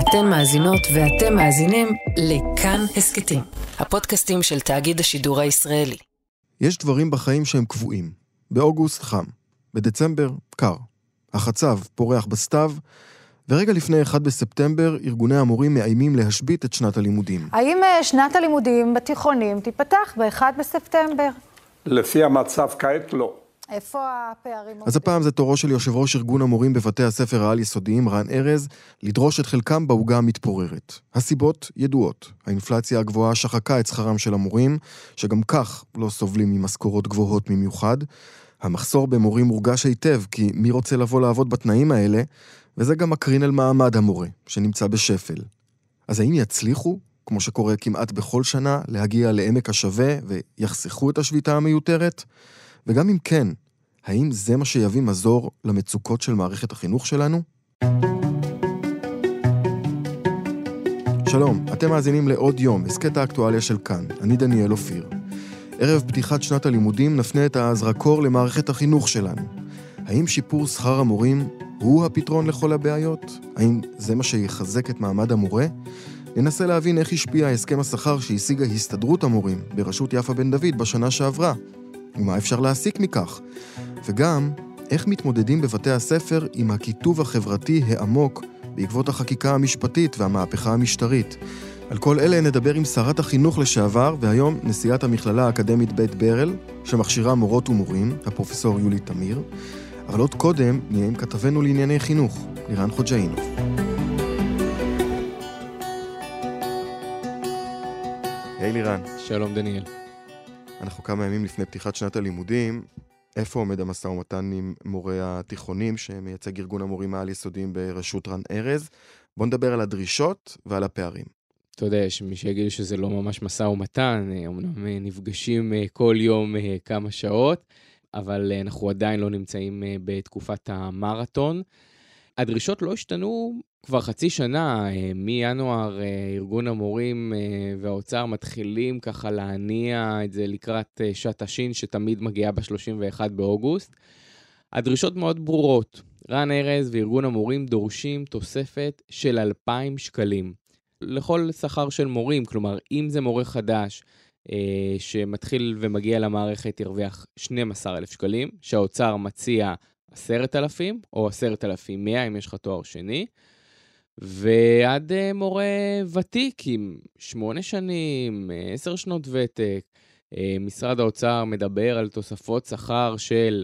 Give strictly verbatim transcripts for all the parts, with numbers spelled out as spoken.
אתן מאזינות ואתם מאזינים לכאן הסקטים, הפודקאסטים של תאגיד השידור הישראלי. יש דברים בחיים שהם קבועים. באוגוסט חם, בדצמבר קר. החצב פורח בסתיו, ורגע לפני אחד בספטמבר ארגוני המורים מאיימים להשבית את שנת הלימודים. האם שנת הלימודים בתיכונים תיפתח ב-אחד בספטמבר? לפי המצב כעת לא. איפה הפערים? אז הפעם זה תורו של יושב ראש ארגון המורים בבתי הספר העל-יסודיים, רן ארז, לדרוש את חלקם בעוגה המתפוררת. הסיבות ידועות. האינפלציה הגבוהה שחקה את שכרם של המורים, שגם כך לא סובלים ממשכורות גבוהות במיוחד. המחסור במורים מורגש היטב, כי מי רוצה לבוא לעבוד בתנאים האלה, וזה גם מקרין על מעמד המורה, שנמצא בשפל. אז האם יצליחו, כמו שקורה כמעט בכל שנה, להגיע לעמק השווה ויחסכו את השביתה המיותרת? וגם אם כן, האם זה מה שיביא מזור למצוקות של מערכת החינוך שלנו? שלום, אתם מאזינים לעוד יום, הסקט האקטואליה של כאן. אני דניאל אופיר. ערב פתיחת שנת הלימודים נפנה את הזרקור למערכת החינוך שלנו. האם שיפור שכר המורים הוא הפתרון לכל הבעיות? האם זה מה שיחזק את מעמד המורה? ננסה להבין איך השפיע הסכם השכר שהשיגה הסתדרות המורים בראשות יפה בן דוד בשנה שעברה. ומה אפשר להסיק מכך? וגם, איך מתמודדים בבתי הספר עם הכיתוב החברתי העמוק בעקבות החקיקה המשפטית והמהפכה המשטרית? על כל אלה נדבר עם שרת החינוך לשעבר, והיום נשיאת המכללה האקדמית בית ברל, שמכשירה מורות ומורים, הפרופסור יולי תמיר. אבל עוד קודם נהיה עם כתבנו לענייני חינוך, לירן חוג'אינוב. היי לירן. שלום דניאל. אנחנו כמה ימים לפני פתיחת שנת הלימודים. איפה עומד המשא ומתן עם מורי התיכונים שמייצג ארגון המורים העל-יסודיים בראשות רן ארז? בוא נדבר על הדרישות ועל הפערים. אתה יודע, יש מי שיגיד שזה לא ממש משא ומתן, אמנם נפגשים כל יום כמה שעות, אבל אנחנו עדיין לא נמצאים בתקופת המרתון. הדרישות לא השתנו כבר חצי שנה, מינואר ארגון המורים והאוצר מתחילים ככה להניע את זה לקראת שעת השין שתמיד מגיעה ב-שלושים ואחד באוגוסט. הדרישות מאוד ברורות. רן ארז וארגון המורים דורשים תוספת של אלפיים שקלים. לכל שכר של מורים, כלומר אם זה מורה חדש אה, שמתחיל ומגיע למערכת ירוויח שנים עשר אלף שקלים, שהאוצר מציע עשרת אלפים או עשרת אלפים מאה אם יש לך תואר שני, ועד אה, מורה ותיק עם שמונה שנים, עשר שנות ותק, אה, משרד האוצר מדבר על תוספות שכר של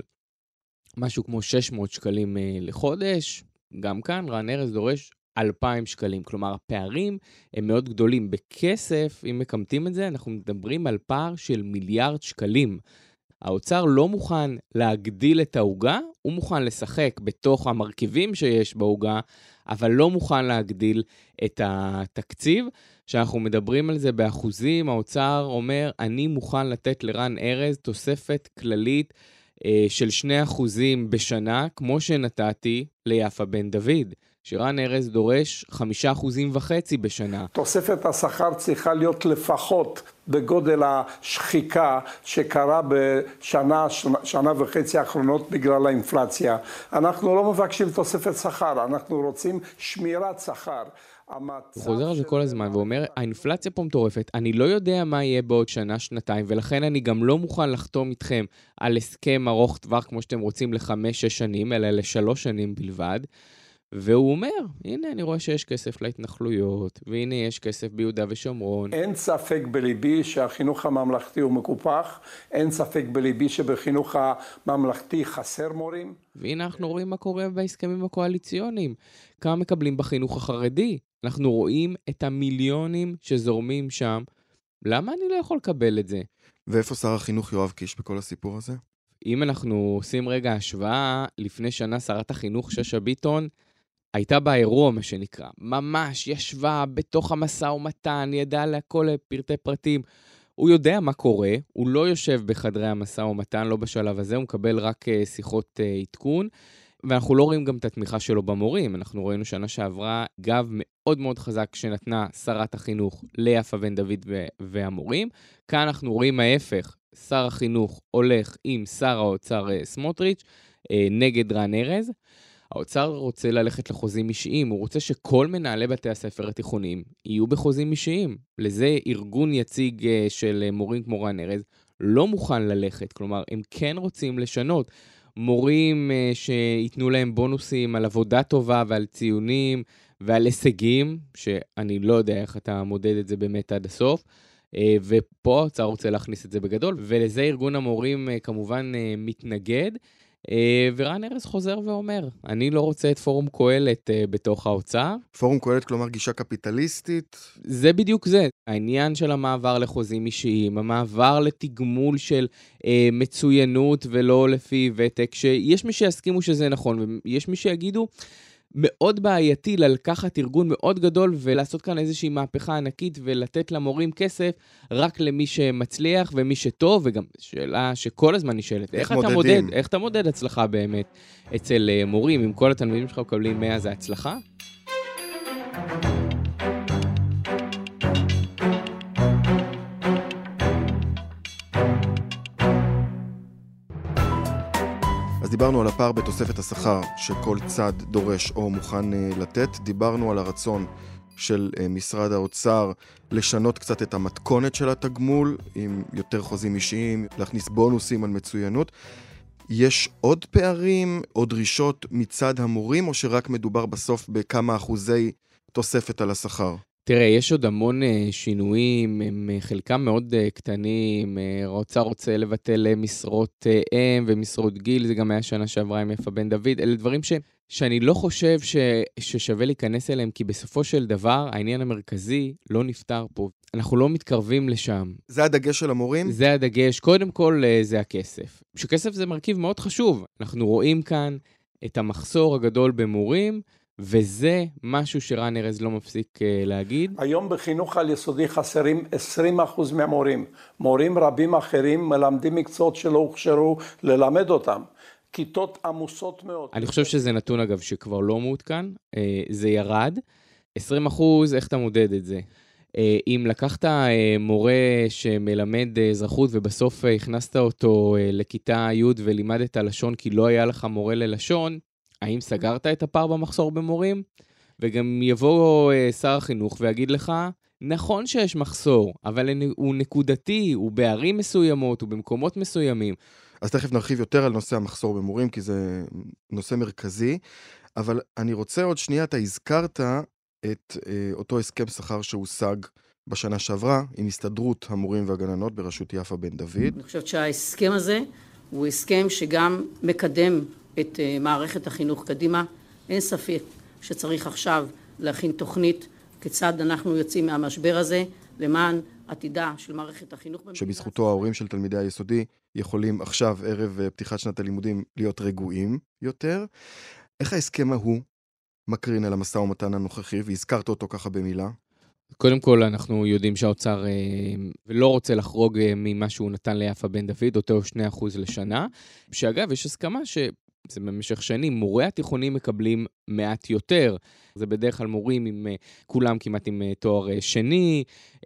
משהו כמו שש מאות שקלים אה, לחודש, גם כאן רן ארז דורש אלפיים שקלים, כלומר הפערים הם מאוד גדולים. בכסף, אם מקמתים את זה, אנחנו מדברים על פער של מיליארד שקלים. האוצר לא מוכן להגדיל את העוגה, הוא מוכן לשחק בתוך המרכיבים שיש בעוגה, אבל לא מוכן להגדיל את התקציב. שאנחנו מדברים על זה באחוזים, האוצר אומר, אני מוכן לתת לרן ארז תוספת כללית אה, של שני אחוזים בשנה, כמו שנתתי ליפה בן דוד. שרן ארז דורש חמישה אחוזים וחצי בשנה. תוספת השכר צריכה להיות לפחות בגודל השחיקה שקרה בשנה, שנה, שנה וחצי האחרונות בגלל האינפלציה. אנחנו לא מבקשים תוספת שכר, אנחנו רוצים שמירת שכר. הוא חוזר על זה כל הזמן ואומר, האינפלציה פה מטורפת, אני לא יודע מה יהיה בעוד שנה, שנתיים, ולכן אני גם לא מוכן לחתום איתכם על הסכם ארוך טווח כמו שאתם רוצים לחמש, שש שנים, אלא לשלוש שנים בלבד. והוא אומר, הנה אני רואה שיש כסף להתנחלויות, והנה יש כסף ביהודה ושומרון. אין ספק בליבי שהחינוך הממלכתי הוא מקופח, אין ספק בליבי שבחינוך הממלכתי חסר מורים. והנה אנחנו רואים מה קורה בהסכמים הקואליציוניים. כמה מקבלים בחינוך החרדי? אנחנו רואים את המיליונים שזורמים שם. למה אני לא יכול לקבל את זה? ואיפה שר החינוך יואב קיש בכל הסיפור הזה? אם אנחנו עושים רגע השוואה, לפני שנה שרת החינוך שאשא ביטון, הייתה באירוע מה שנקרא, ממש ישבה בתוך המשא ומתן, ידעה לכל פרטי פרטים, הוא יודע מה קורה, הוא לא יושב בחדרי המשא ומתן, לא בשלב הזה, הוא מקבל רק שיחות עדכון, ואנחנו לא רואים גם את התמיכה שלו במורים, אנחנו ראינו שנה שעברה גב מאוד מאוד חזק שנתנה שרת החינוך ליפה בן דוד והמורים, כאן אנחנו רואים ההפך, שר החינוך הולך עם שר האוצר סמוטריץ' נגד רן ארז, האוצר רוצה ללכת לחוזים אישיים, הוא רוצה שכל מנהלי בתי הספר התיכוניים יהיו בחוזים אישיים. לזה ארגון יציג של מורים כמו רן ארז לא מוכן ללכת, כלומר, הם כן רוצים לשנות. מורים שיתנו להם בונוסים על עבודה טובה ועל ציונים ועל הישגים, שאני לא יודע איך אתה מודד את זה באמת עד הסוף, ופה האוצר רוצה להכניס את זה בגדול, ולזה ארגון המורים כמובן מתנגד, ורן ארז חוזר ואומר, אני לא רוצה את פורום קהלת בתוך האוצר. פורום קהלת כלומר גישה קפיטליסטית? זה בדיוק זה. העניין של המעבר לחוזים אישיים, המעבר לתגמול של אה, מצוינות ולא לפי ותק, שיש מי שיסכימו שזה נכון, ויש מי שיגידו, מאוד בעייתי ללקחת ארגון מאוד גדול ולעשות כאן איזושהי מהפכה ענקית ולתת למורים כסף רק למי שמצליח ומי שטוב, וגם שאלה שכל הזמן נשאלת, איך, איך אתה מודד, איך אתה מודד הצלחה באמת אצל מורים, אם כל התלמידים שלך מקבלים מאה זה הצלחה? אז דיברנו על הפער בתוספת השכר שכל צד דורש או מוכן לתת, דיברנו על הרצון של משרד האוצר לשנות קצת את המתכונת של התגמול, עם יותר חוזים אישיים, להכניס בונוסים על מצוינות. יש עוד פערים או דרישות מצד המורים, או שרק מדובר בסוף בכמה אחוזי תוספת על השכר? תראה, יש עוד המון שינויים, הם חלקם מאוד קטנים, האוצר רוצה לבטל משרות אם ומשרות גיל, זה גם היה שנה שעברה עם יפה בן דוד, אלה דברים ש, שאני לא חושב ש, ששווה להיכנס אליהם, כי בסופו של דבר העניין המרכזי לא נפתר פה, אנחנו לא מתקרבים לשם. זה הדגש של המורים? זה הדגש, קודם כל זה הכסף. שכסף זה מרכיב מאוד חשוב, אנחנו רואים כאן את המחסור הגדול במורים, וזה משהו שרן ארז לא מפסיק uh, להגיד. היום בחינוך על יסודי חסרים עשרים אחוז מהמורים. מורים רבים אחרים מלמדים מקצועות שלא הוכשרו ללמד אותם. כיתות עמוסות מאוד. אני חושב שזה נתון אגב שכבר לא מעודכן, uh, זה ירד. עשרים אחוז, איך אתה מודד את זה? Uh, אם לקחת uh, מורה שמלמד uh, אזרחות ובסוף uh, הכנסת אותו uh, לכיתה י' ולימדת לשון כי לא היה לך מורה ללשון, האם סגרת את הפער במחסור במורים? וגם יבוא שר החינוך ויגיד לך, נכון שיש מחסור, אבל הוא נקודתי, הוא בערים מסוימות, הוא במקומות מסוימים. אז תכף נרחיב יותר על נושא המחסור במורים, כי זה נושא מרכזי, אבל אני רוצה עוד שנייה, אתה הזכרת את אה, אותו הסכם שכר שהושג בשנה שעברה, עם הסתדרות המורים והגננות בראשות יפה בן דוד. אני חושבת שההסכם הזה הוא הסכם שגם מקדם את מערכת החינוך קדימה. אין ספק שצריך עכשיו להכין תוכנית כיצד אנחנו יוצאים מהמשבר הזה למען עתידה של מערכת החינוך. שבזכותו ההורים של תלמידי היסודי יכולים עכשיו, ערב פתיחת שנת הלימודים, להיות רגועים יותר. איך ההסכם ההוא מקרין על המשא ומתן הנוכחי, והזכרת אותו ככה במילה? קודם כל, אנחנו יודעים שהאוצר לא רוצה לחרוג ממה שהוא נתן ליפה בן דוד, אותו שני אחוז לשנה, שאגב, יש הסכמה ש... זה במשך שנים, מורי התיכונים מקבלים מעט יותר, זה בדרך כלל מורים עם כולם כמעט עם תואר שני,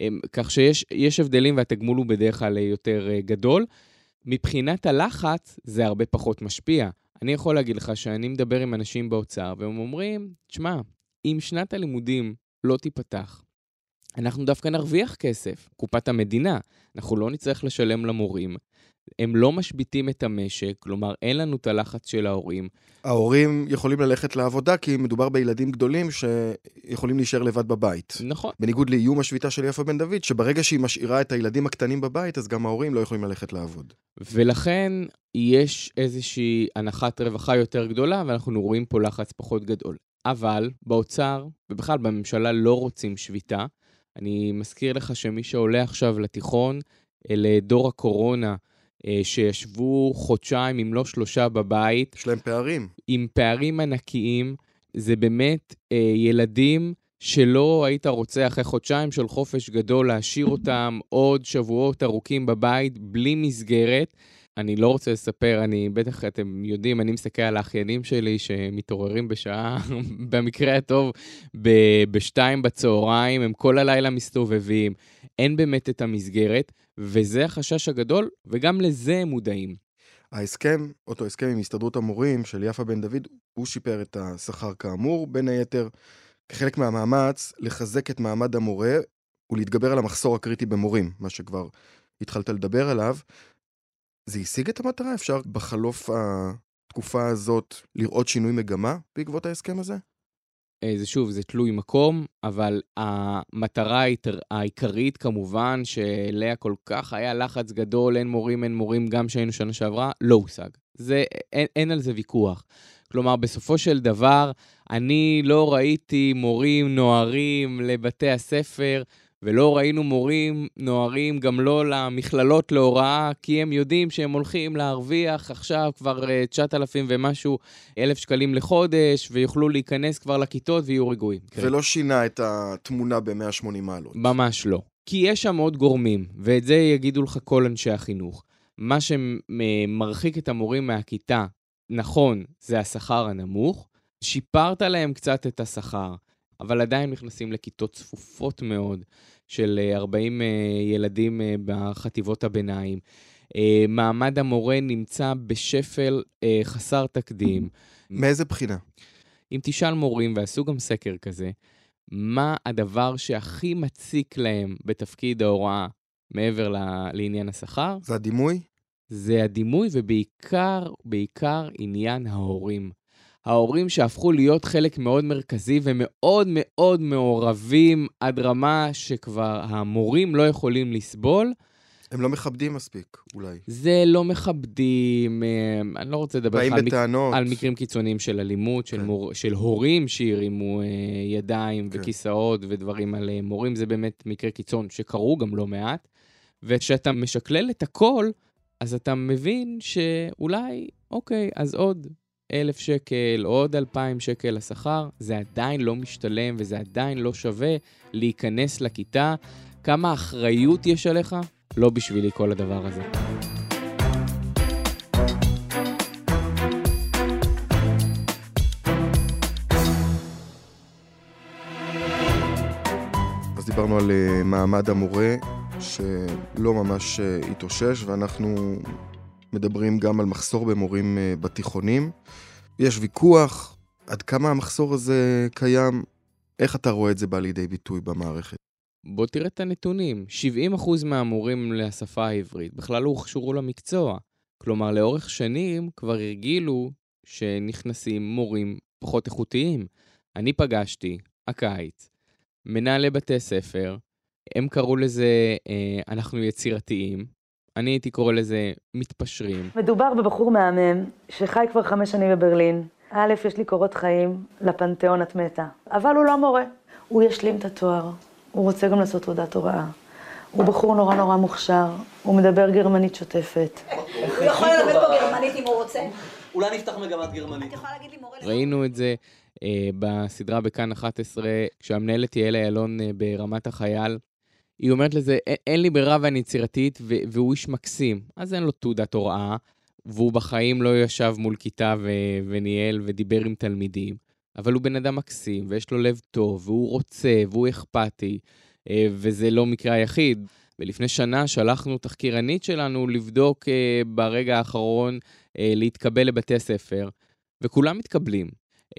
כך שיש יש הבדלים והתגמול הוא בדרך כלל יותר גדול. מבחינת הלחץ זה הרבה פחות משפיע. אני יכול להגיד לך שאני מדבר עם אנשים באוצר והם אומרים, תשמע, אם שנת הלימודים לא תיפתח, אנחנו דווקא נרוויח כסף, קופת המדינה, אנחנו לא נצטרך לשלם למורים, הם לא משביתים את המשק, כלומר אין לנו את הלחץ של ההורים. ההורים יכולים ללכת לעבודה כי מדובר בילדים גדולים שיכולים להישאר לבד בבית. נכון. בניגוד לאיום השביתה של יפה בן דוד, שברגע שהיא משאירה את הילדים הקטנים בבית, אז גם ההורים לא יכולים ללכת לעבוד. ולכן יש איזושהי הנחת רווחה יותר גדולה, ואנחנו רואים פה לחץ פחות גדול. אבל באוצר, ובכלל בממשלה לא רוצים שביתה. אני מזכיר לך שמי שעולה עכשיו לתיכון, אלה דור הקורונה, שישבו חודשיים, אם לא שלושה בבית. יש להם פערים. עם פערים ענקיים, זה באמת ילדים שלא היית רוצה אחרי חודשיים של חופש גדול להשאיר אותם עוד שבועות ארוכים בבית, בלי מסגרת. אני לא רוצה לספר, אני בטח אתם יודעים, אני מסתכל על האחיינים שלי שמתעוררים בשעה, במקרה הטוב, ב- בשתיים בצהריים, הם כל הלילה מסתובבים, אין באמת את המסגרת, וזה החשש הגדול, וגם לזה הם מודעים. ההסכם, אותו הסכם עם הסתדרות המורים של יפה בן דוד, הוא שיפר את השכר כאמור, בין היתר כחלק מהמאמץ לחזק את מעמד המורה ולהתגבר על המחסור הקריטי במורים, מה שכבר התחלת לדבר עליו. זה השיג את המטרה? אפשר בחלוף התקופה הזאת לראות שינוי מגמה בעקבות ההסכם הזה? זה שוב, זה תלוי מקום, אבל המטרה העיקרית כמובן, שאליה כל כך היה לחץ גדול, אין מורים, אין מורים, גם שהיינו שנה שעברה, לא הושג. זה, אין, אין על זה ויכוח. כלומר, בסופו של דבר, אני לא ראיתי מורים נוערים לבתי הספר, ולא ראינו מורים נוערים גם לא למכללות להוראה, כי הם יודעים שהם הולכים להרוויח עכשיו כבר תשעת אלפים ומשהו אלף שקלים לחודש, ויוכלו להיכנס כבר לכיתות ויהיו רגועים. ולא שינה את התמונה ב-מאה ושמונים מעלות. ממש לא. כי יש שם עוד גורמים, ואת זה יגידו לך כל אנשי החינוך. מה שמרחיק את המורים מהכיתה, נכון, זה השכר הנמוך, שיפרת להם קצת את השכר, אבל עדיין נכנסים לכיתות צפופות מאוד של ארבעים ילדים בחטיבות הביניים. מעמד המורה נמצא בשפל חסר תקדים. מאיזה בחינה? אם תשאל מורים, ועשו גם סקר כזה, מה הדבר שהכי מציק להם בתפקיד ההוראה מעבר לעניין השכר? זה הדימוי? זה הדימוי, ובעיקר, בעיקר עניין ההורים. ההורים שהפכו להיות חלק מאוד מרכזי ומאוד מאוד מעורבים עד רמה שכבר המורים לא יכולים לסבול. הם לא מכבדים מספיק, אולי. זה לא מכבדים, אני לא רוצה לדבר על, מק... על מקרים קיצוניים של אלימות, של, כן. מור... של הורים שהרימו ידיים כן. וכיסאות ודברים על מורים, זה באמת מקרה קיצון שקרו גם לא מעט, וכשאתה משקלל את הכל, אז אתה מבין שאולי, אוקיי, אז עוד אלף שקל, עוד אלפיים שקל לשכר, זה עדיין לא משתלם וזה עדיין לא שווה להיכנס לכיתה. כמה אחריות יש עליך? לא בשבילי כל הדבר הזה. אז דיברנו על מעמד המורה שלא ממש התאושש, ואנחנו מדברים גם על מחסור במורים בתיכונים. יש ויכוח, עד כמה המחסור הזה קיים, איך אתה רואה את זה בא לידי ביטוי במערכת? בוא תראה את הנתונים, שבעים אחוז מהמורים לשפה העברית בכלל לא הוכשרו למקצוע. כלומר, לאורך שנים כבר הרגילו שנכנסים מורים פחות איכותיים. אני פגשתי, הקיץ, מנהלי בתי ספר, הם קראו לזה, אה, אנחנו יצירתיים, אני הייתי קורא לזה מתפשרים. מדובר בבחור מהמם שחי כבר חמש שנים בברלין. א', יש לי קורות חיים לפנתיאון את מתה, אבל הוא לא מורה. הוא ישלים את התואר, הוא רוצה גם לעשות תעודת הוראה. הוא בחור נורא נורא מוכשר, הוא מדבר גרמנית שוטפת. הוא יכול ללמד פה גרמנית אם הוא רוצה. אולי נפתח מגמת גרמנית. את יכולה להגיד לי מורה... ראינו את זה אה, בסדרה בכאן אחת עשרה, כשהמנהלת יעל איילון אה, ברמת החייל, היא אומרת לזה, אין לי ברירה ואני יצירתית, והוא איש מקסים. אז אין לו תעודת הוראה, והוא בחיים לא ישב מול כיתה ו- וניהל ודיבר עם תלמידים. אבל הוא בן אדם מקסים, ויש לו לב טוב, והוא רוצה, והוא אכפתי, וזה לא מקרה היחיד. ולפני שנה שלחנו תחקירנית שלנו לבדוק ברגע האחרון להתקבל לבתי הספר, וכולם מתקבלים.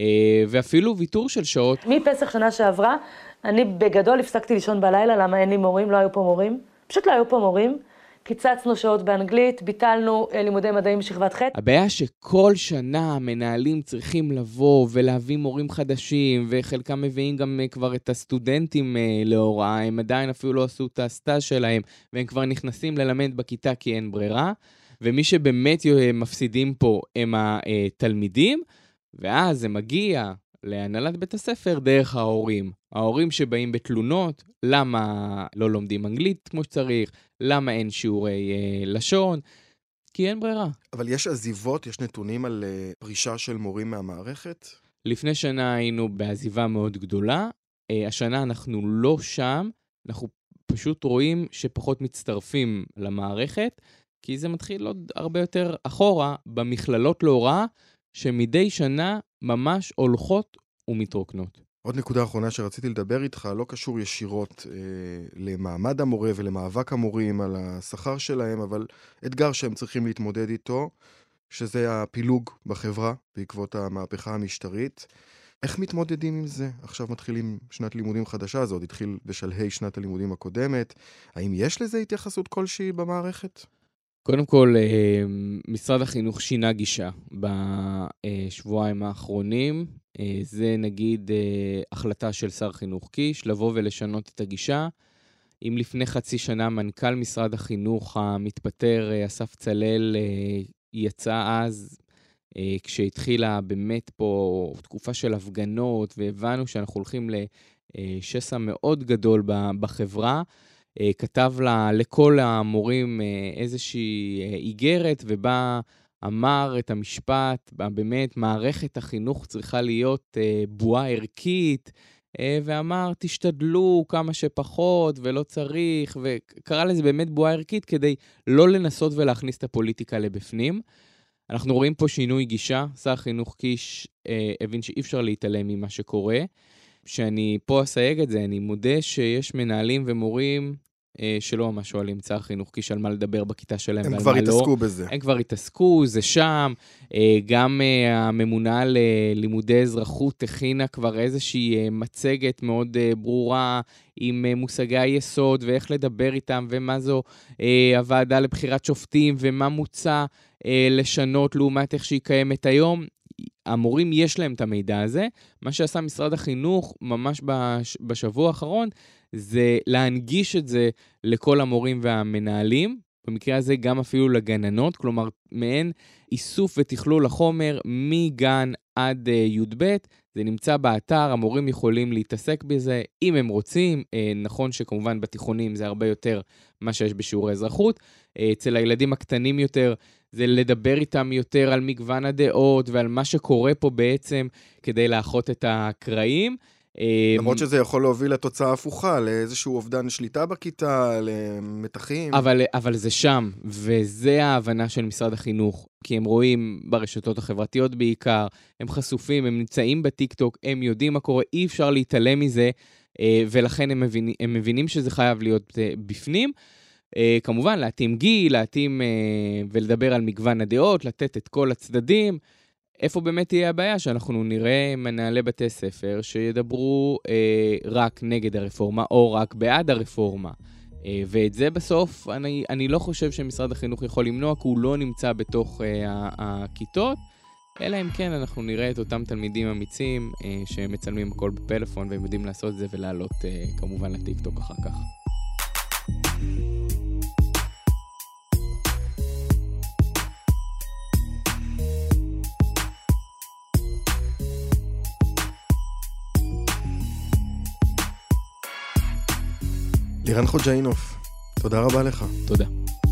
ואפילו ויתור של שעות. מפסח שנה שעברה, אני בגדול הפסקתי לישון בלילה, למה אין לי מורים, לא היו פה מורים. פשוט לא היו פה מורים. קיצצנו שעות באנגלית, ביטלנו לימודי מדעים בשכבת ח'. הבעיה שכל שנה המנהלים צריכים לבוא ולהביא מורים חדשים, וחלקם מביאים גם כבר את הסטודנטים להוראה, הם עדיין אפילו לא עשו את הסטאז' שלהם, והם כבר נכנסים ללמד בכיתה כי אין ברירה, ומי שבאמת מפסידים פה הם התלמידים, ואז זה מגיע להנהלת בית הספר דרך ההורים. ההורים שבאים בתלונות, למה לא לומדים אנגלית כמו שצריך, למה אין שיעורי אה, לשון, כי אין ברירה. אבל יש עזיבות, יש נתונים על אה, פרישה של מורים מהמערכת? לפני שנה היינו בעזיבה מאוד גדולה, אה, השנה אנחנו לא שם, אנחנו פשוט רואים שפחות מצטרפים למערכת, כי זה מתחיל עוד הרבה יותר אחורה במכללות להוראה, שמדי שנה ממש הולכות ומתרוקנות. עוד נקודה אחרונה שרציתי לדבר איתך, לא קשור ישירות אה, למעמד המורה ולמאבק המורים על השכר שלהם, אבל אתגר שהם צריכים להתמודד איתו, שזה הפילוג בחברה בעקבות המהפכה המשטרית. איך מתמודדים עם זה? עכשיו מתחילים שנת לימודים חדשה, זה עוד התחיל בשלהי שנת הלימודים הקודמת. האם יש לזה התייחסות כלשהי במערכת? קודם כל, משרד החינוך שינה גישה בשבועיים האחרונים. זה נגיד החלטה של שר חינוך קיש, לבוא ולשנות את הגישה. אם לפני חצי שנה מנכ"ל משרד החינוך המתפטר אסף צלל יצא אז, כשהתחילה באמת פה תקופה של הפגנות, והבנו שאנחנו הולכים לשסע מאוד גדול בחברה, כתב לה, לכל המורים איזושהי איגרת, ובה אמר את המשפט, באמת מערכת החינוך צריכה להיות בועה ערכית, ואמר תשתדלו כמה שפחות ולא צריך, וקרא לזה באמת בועה ערכית כדי לא לנסות ולהכניס את הפוליטיקה לבפנים. אנחנו רואים פה שינוי גישה, שר חינוך קיש אה, הבין שאי אפשר להתעלם ממה שקורה. שאני פה אסייג את זה, אני מודה שיש מנהלים ומורים אה, שלא ממש שואלים שר חינוך קיש על מה לדבר בכיתה שלהם ועל מה לא. הם כבר התעסקו בזה. הם כבר התעסקו, זה שם. אה, גם אה, הממונה ללימודי אזרחות הכינה כבר איזושהי אה, מצגת מאוד אה, ברורה עם אה, מושגי היסוד ואיך לדבר איתם ומה זו אה, הוועדה לבחירת שופטים ומה מוצע לשנות לעומת איך שהיא קיימת היום. המורים יש להם את המידע הזה. מה שעשה משרד החינוך ממש בשבוע האחרון, זה להנגיש את זה לכל המורים והמנהלים, במקרה הזה גם אפילו לגננות, כלומר מעין איסוף ותכלול החומר מגן עד י' ב', זה נמצא באתר, המורים יכולים להתעסק בזה אם הם רוצים. נכון שכמובן בתיכונים זה הרבה יותר מה שיש בשיעורי אזרחות, אצל הילדים הקטנים יותר זה לדבר איתם יותר על מגוון הדעות ועל מה שקורה פה בעצם כדי לאחות את הקרעים. למרות שזה יכול להוביל לתוצאה הפוכה, לאיזשהו אובדן שליטה בכיתה, למתחים. אבל, אבל זה שם, וזה ההבנה של משרד החינוך, כי הם רואים ברשתות החברתיות בעיקר, הם חשופים, הם נמצאים בטיק-טוק, הם יודעים מה קורה, אי אפשר להתעלם מזה, ולכן הם מבינים, הם מבינים שזה חייב להיות בפנים. כמובן, להתאים גיל, להתאים ולדבר על מגוון הדעות, לתת את כל הצדדים. איפה באמת תהיה הבעיה? שאנחנו נראה מנהלי בתי ספר שידברו אה, רק נגד הרפורמה או רק בעד הרפורמה. אה, ואת זה בסוף אני, אני לא חושב שמשרד החינוך יכול למנוע, כי הוא לא נמצא בתוך אה, הכיתות, אלא אם כן אנחנו נראה את אותם תלמידים אמיצים אה, שמצלמים הכל בפלאפון והם יודעים לעשות את זה ולעלות אה, כמובן לטיק-טוק אחר כך. לירן חוג'אינוף, תודה רבה לך. תודה.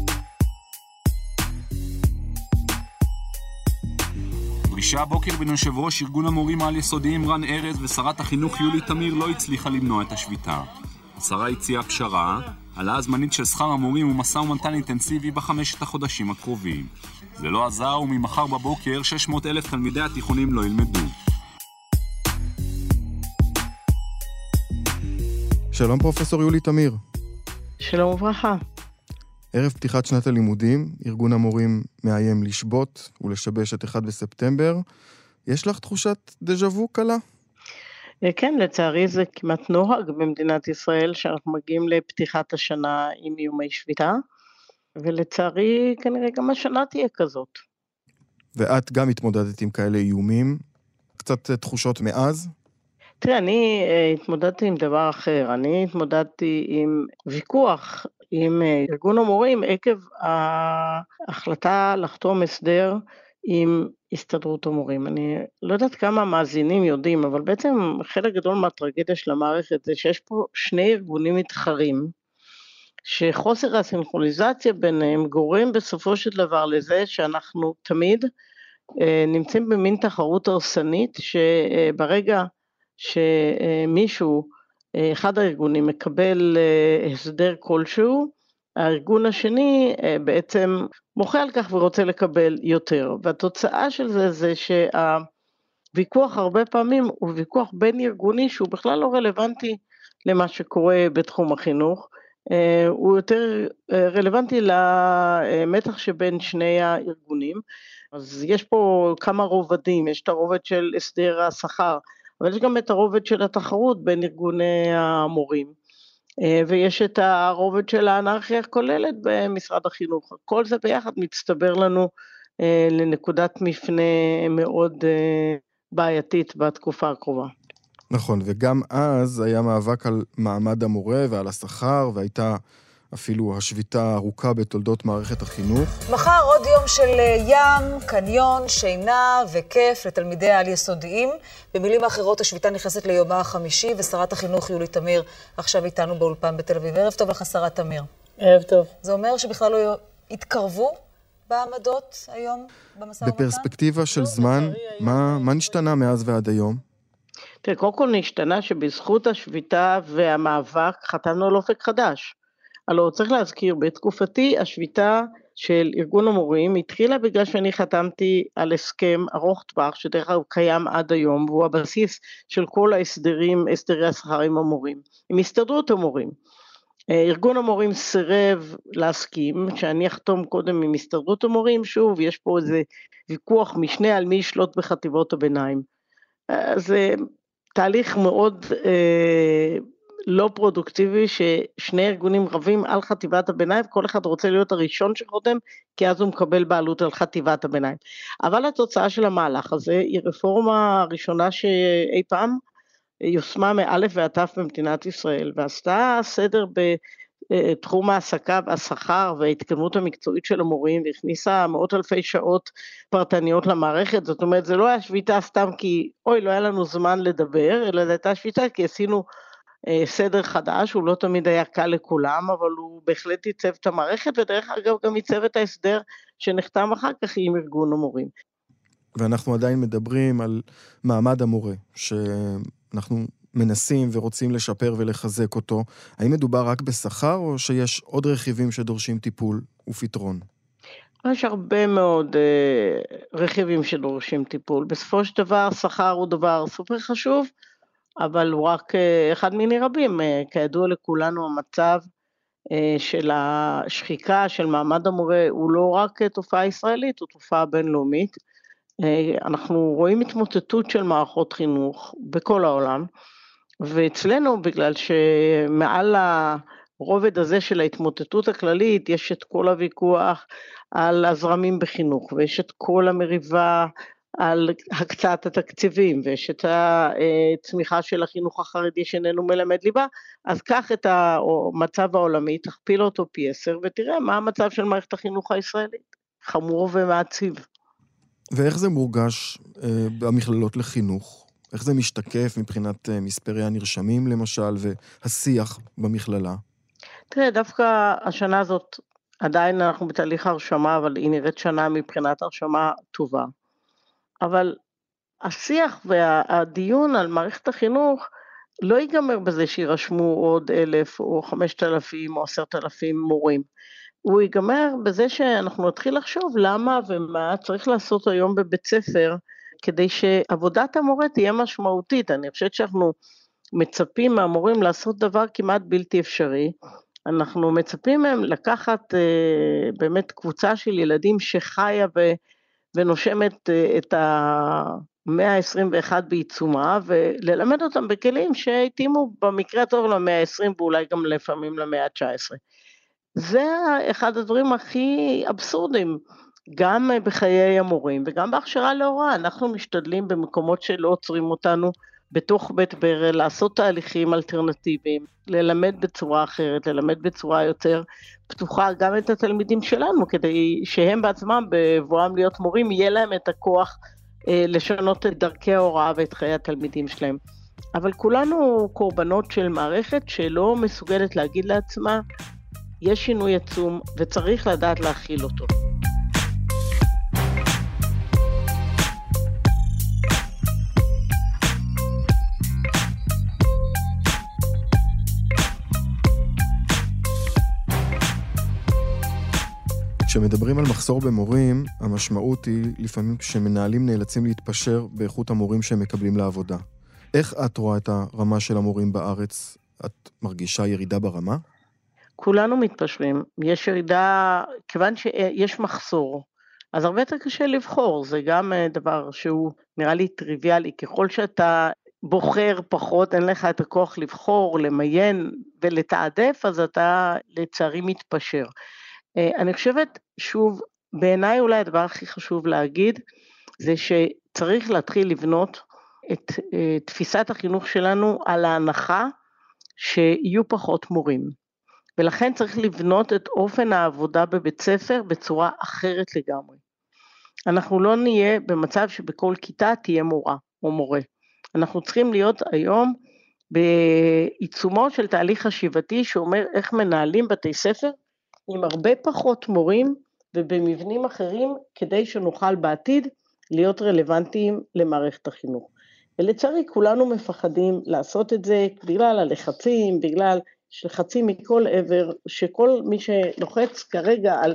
פרישה הבוקר בין יושב ראש ארגון המורים העל יסודיים רן ארז ושרת החינוך יולי תמיר לא הצליחה למנוע את השביתה. השרה הציעה פשרה, העלאה זמנית של שכר המורים ומשא ומתן אינטנסיבי בחמשת החודשים הקרובים. זה לא עזר וממחר בבוקר שש מאות אלף תלמידי התיכונים לא ילמדו. שלום פרופסור יולי תמיר. שלום וברכה. ערב פתיחת שנת הלימודים, ארגון המורים מאיים לשבות ולשבש את אחד בספטמבר. יש לך תחושת דז'ה-וו קלה? כן, לצערי זה כמעט נוהג במדינת ישראל, שאנחנו מגיעים לפתיחת השנה עם איומי שביתה, ולצערי כנראה גם השנה תהיה כזאת. ואת גם התמודדת עם כאלה איומים, קצת תחושות מאז? תראה, אני התמודדתי עם דבר אחר, אני התמודדתי עם ויכוח עם ארגון המורים עקב ההחלטה לחתום הסדר עם הסתדרות המורים. אני לא יודעת כמה מאזינים יודעים, אבל בעצם חלק גדול מהטרגדיה של המערכת זה שיש פה שני ארגונים מתחרים, שחוסר הסינכרוניזציה ביניהם גורם בסופו של דבר לזה שאנחנו תמיד נמצאים במין תחרות הרסנית, שברגע שמישהו, אחד הארגונים מקבל הסדר כלשהו, הארגון השני בעצם מוחה על כך ורוצה לקבל יותר, והתוצאה של זה זה שהוויכוח הרבה פעמים הוא ויכוח בין ארגוני שהוא בכלל לא רלוונטי למה שקורה בתחום החינוך, הוא יותר רלוונטי למתח שבין שני הארגונים. אז יש פה כמה רובדים, יש את הרובד של הסדר השכר, אבל יש גם את הרובד של התחרות בין ארגוני המורים, ויש את הרובד של האנרכיה הכוללת במשרד החינוך. כל זה ביחד מצטבר לנו לנקודת מפנה מאוד בעייתית בתקופה הקרובה. נכון, וגם אז היה מאבק על מעמד המורה ועל השכר, והייתה אפילו השביתה הארוכה בתולדות מערכת החינוך. מחר עוד יום של ים, קניון, שינה וכיף לתלמידי העל-יסודיים. במילים האחרות, השביתה נכנסת ליומה החמישי, ושרת החינוך יולי תמיר עכשיו איתנו באולפן בתל אביב. ערב טוב לך, שרת תמיר. ערב טוב. זה אומר שבכלל לא התקרבו בעמדות היום במשא ומתן? בפרספקטיבה של זמן, מה, מה נשתנה מאז ועד היום? תראה, קודם כל נשתנה שבזכות השביתה והמאבק חתמנו על אופק חדש. הלוא צריך להזכיר, בתקופתי השביתה של ארגון המורים התחילה בגלל שאני חתמתי על הסכם ארוך טווח, שדרך אגב קיים עד היום, והוא הבסיס של כל ההסדרים, הסדרי השכר עם המורים, עם הסתדרות המורים. ארגון המורים סירב להסכים, שאני אחתום קודם עם הסתדרות המורים, שוב, יש פה איזה ויכוח משנה על מי ישלוט בחטיבות הביניים. זה תהליך מאוד אה, לא פרודוקטיבי, ששני ארגונים רבים על חטיבת הביניים, כל אחד רוצה להיות הראשון שחותם, כי אז הוא מקבל בעלות על חטיבת הביניים. אבל התוצאה של המהלך הזה, היא רפורמה הראשונה שאי פעם, יושמה מאלף ועד תף במדינת ישראל, ועשתה סדר בתחום העסקה והשכר וההתקדמות המקצועית של המורים, והכניסה מאות אלפי שעות פרטניות למערכת. זאת אומרת, זה לא היה שביתה סתם כי, אוי, לא היה לנו זמן לדבר, אלא זה הייתה שביתה כי עשינו אה, סדר חדש, הוא לא תמיד היה קל לכולם, אבל הוא בהחלט ייצב את המערכת, ודרך אגב גם ייצב את ההסדר שנחתם אחר כך עם ארגון המורים. ואנחנו עדיין מדברים על מעמד המורה, שאנחנו מנסים ורוצים לשפר ולחזק אותו. האם מדובר רק בשכר, או שיש עוד רכיבים שדורשים טיפול ופתרון? יש הרבה מאוד אה, רכיבים שדורשים טיפול. בסופו של דבר, שכר הוא דבר סופר חשוב, אבל הוא רק אה, אחד מיני רבים. אה, כידוע לכולנו, המצב אה, של השחיקה של מעמד המורה הוא לא רק תופעה ישראלית, הוא תופעה בינלאומית. אנחנו רואים התמוטטות של מערכות חינוך בכל העולם, ואצלנו בגלל שמעל הרובד הזה של ההתמוטטות הכללית, יש את כל הוויכוח על הזרמים בחינוך, ויש את כל המריבה על הקצאת התקציבים, ויש את הצמיחה של החינוך החרדי שאיננו מלמד ליבה, אז קח את המצב העולמי, תכפיל אותו פי עשר, ותראה מה המצב של מערכת החינוך הישראלית, חמור ומעציב. ואיך זה מורגש אה, במכללות לחינוך? איך זה משתקף מבחינת אה, מספרי הנרשמים למשל, והשיח במכללה? תראה, דווקא השנה הזאת, עדיין אנחנו בתהליך הרשמה, אבל היא נראית שנה מבחינת הרשמה טובה. אבל השיח והדיון על מערכת החינוך, לא ייגמר בזה שירשמו עוד אלף או חמשת אלפים או עשרת אלפים מורים. הוא ייגמר בזה שאנחנו נתחיל לחשוב למה ומה צריך לעשות היום בבית ספר, כדי שעבודת המורה תהיה משמעותית. אני חושבת שאנחנו מצפים מהמורים לעשות דבר כמעט בלתי אפשרי, אנחנו מצפים מהם לקחת אה, באמת קבוצה של ילדים שחיה ו, ונושמת אה, את המאה ה-עשרים ואחת בעיצומה, וללמד אותם בכלים שהתאימו במקרה הטוב למאה ה-עשרים, ואולי גם לפעמים למאה ה-תשע עשרה. זה אחד הדברים הכי אבסורדים, גם בחיי המורים וגם בהכשרה להוראה. אנחנו משתדלים במקומות שלא עוצרים אותנו בתוך בית ברל, לעשות תהליכים אלטרנטיביים, ללמד בצורה אחרת, ללמד בצורה יותר פתוחה גם את התלמידים שלנו, כדי שהם בעצמם בבואם להיות מורים, יהיה להם את הכוח אה, לשנות את דרכי ההוראה ואת חיי התלמידים שלהם. אבל כולנו קורבנות של מערכת שלא מסוגלת להגיד לעצמה, יש שינוי עצום וצריך לדעת להכיל אותו. כשמדברים על מחסור במורים, המשמעות היא לפעמים כשמנהלים נאלצים להתפשר באיכות המורים שהם מקבלים לעבודה. איך את רואה את הרמה של המורים בארץ? את מרגישה ירידה ברמה? כולנו מתפשרים, יש ירידה, כיוון שיש מחסור, אז הרבה יותר קשה לבחור, זה גם דבר שהוא נראה לי טריוויאלי, ככל שאתה בוחר פחות, אין לך את הכוח לבחור, למיין ולתעדף, אז אתה לצערי מתפשר. אני חושבת, שוב, בעיניי אולי הדבר הכי חשוב להגיד, זה שצריך להתחיל לבנות את תפיסת החינוך שלנו על ההנחה שיהיו פחות מורים. ולכן צריך לבנות את אופן העבודה בבית ספר בצורה אחרת לגמרי. אנחנו לא נהיה במצב שבכל כיתה תהיה מורה או מורה. אנחנו צריכים להיות היום בעיצומו של תהליך חשיבתי שאומר איך מנהלים בתי ספר עם הרבה פחות מורים ובמבנים אחרים כדי שנוכל בעתיד להיות רלוונטיים למערכת החינוך. ולצערי כולנו מפחדים לעשות את זה בגלל הלחצים, בגלל שלחצים מכל עבר, שכל מי שלוחץ כרגע על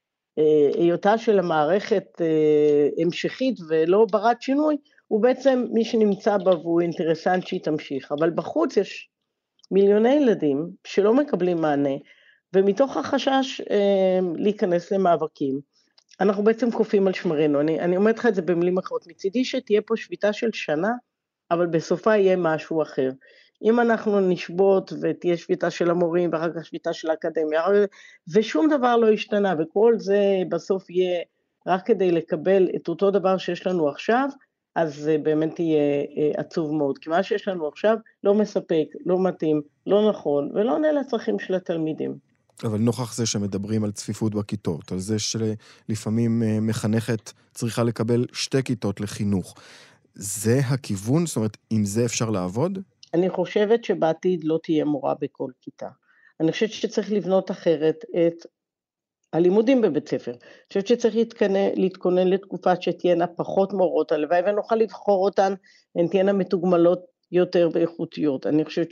אה, היותה של המערכת אה, המשכית ולא ברת שינוי, הוא בעצם מי שנמצא בה והוא אינטרסנט שהיא תמשיך. אבל בחוץ יש מיליוני ילדים שלא מקבלים מענה, ומתוך החשש אה, להיכנס למאבקים, אנחנו בעצם קופים על שמרנו. אני, אני אומרת לך את זה במילים אחרות, מצידי שתהיה פה שביתה של שנה, אבל בסופה יהיה משהו אחר. אם אנחנו נשבות ותהיה שביתה של המורים ואחר כך שביתה של האקדמיה, ושום דבר לא ישתנה, וכל זה בסוף יהיה רק כדי לקבל את אותו דבר שיש לנו עכשיו, אז זה באמת יהיה עצוב מאוד. כי מה שיש לנו עכשיו לא מספק, לא מתאים, לא נכון, ולא עונה לצרכים של התלמידים. אבל נוכח זה שמדברים על צפיפות בכיתות, על זה שלפעמים מחנכת צריכה לקבל שתי כיתות לחינוך, זה הכיוון? זאת אומרת, עם זה אפשר לעבוד? אני חושבת שבעתיד לא תהיה מורה בכל כיתה. אני חושבת שצריך לבנות אחרת את הלימודים בבית ספר. אני חושבת שצריך להתכונן, להתכונן לתקופה שתהיינה פחות מורות, הלוואי ונוכל לבחור אותן, הן תהיינה מתוגמלות יותר באיכותיות. אני חושבת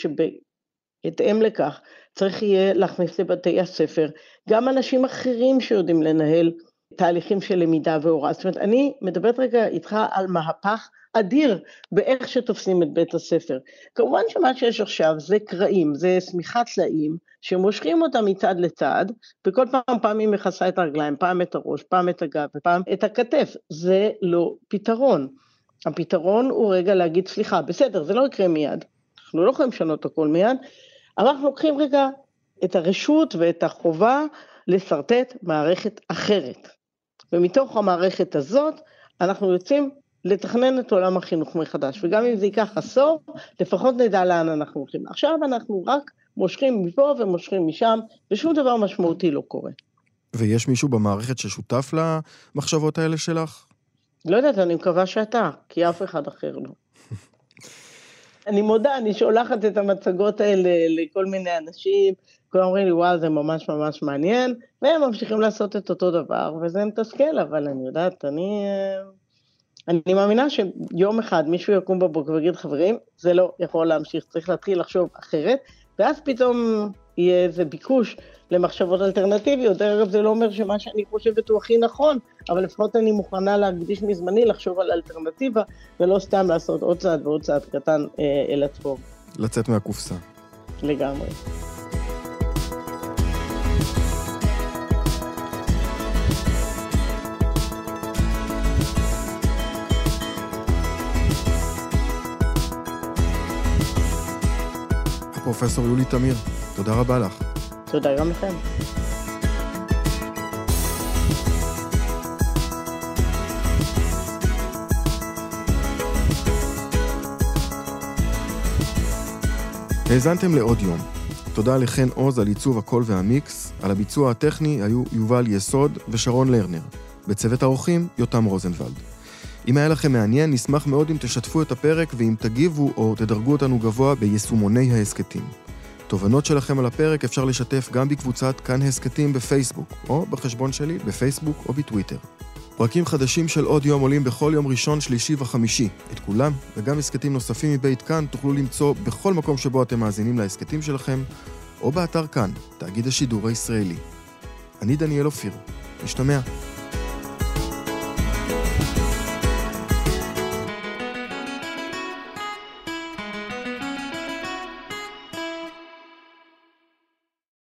שבהתאם לכך צריך יהיה להכניס לבתי הספר גם אנשים אחרים שיודעים לנהל תהליכים של למידה והוראה. זאת אומרת, אני מדברת רגע איתך על מהפך אדיר באיך שתופסים את בית הספר. כמובן שמה שיש עכשיו זה קרעים, זה סמיכת טלאים, שמושכים אותם מצד לצד, וכל פעם פעם היא מכסה את הרגליים, פעם את הראש, פעם את הגב, ופעם את הכתף. זה לא פתרון. הפתרון הוא רגע להגיד, סליחה, בסדר, זה לא יקרה מיד, אנחנו לא יכולים לשנות הכל מיד, אבל אנחנו לוקחים רגע את הרשות ואת החובה לסרטט מערכת אחרת. ומתוך המערכת הזאת, אנחנו יוצאים לתכנן את עולם החינוך מחדש, וגם אם זה ייקח עשור, לפחות נדע לאן אנחנו הולכים. עכשיו אנחנו רק מושכים מפה ומושכים משם, ושום דבר משמעותי לא קורה. ויש מישהו במערכת ששותף למחשבות האלה שלך? לא יודעת, אני מקווה שאתה, כי אף אחד אחר לא. אני מודה, אני שולחת את המצגות האלה לכל מיני אנשים, כולם אומרים לי, וואו, זה ממש ממש מעניין, והם ממשיכים לעשות את אותו דבר, וזה מתסכל, אבל אני יודעת, אני... אני מאמינה שיום אחד מישהו יקום בבוקר ויגיד, חברים, זה לא יכול להמשיך, צריך להתחיל לחשוב אחרת, ואז פתאום יהיה איזה ביקוש למחשבות אלטרנטיביות. דרך זה לא אומר שמה שאני חושבת הוא הכי נכון, אבל לפחות אני מוכנה להקדיש מזמני לחשוב על אלטרנטיבה, ולא סתם לעשות עוד צעד ועוד צעד קטן אה, אל עצמו. לצאת מהקופסה. לגמרי. פרופסור יולי תמיר, תודה רבה לך. תודה גם לכם. האזנתם לעוד יום. תודה לכן עוז על עיצוב הקול והמיקס, על הביצוע הטכני היו יובל יסוד ושרון לרנר. בצוות האורחים יותם רוזנבלד. אם היה לכם מעניין, נשמח מאוד אם תשתפו את הפרק ואם תגיבו או תדרגו אותנו גבוה ביישומוני ההסקטים. תובנות שלכם על הפרק אפשר לשתף גם בקבוצת כאן הסקטים בפייסבוק, או בחשבון שלי בפייסבוק או בטוויטר. פרקים חדשים של עוד יום עולים בכל יום ראשון, שלישי וחמישי. את כולם וגם הסקטים נוספים מבית כאן תוכלו למצוא בכל מקום שבו אתם מאזינים להסקטים שלכם, או באתר כאן, תאגיד השידור הישראלי. אני דניאל אופיר. נשתמע.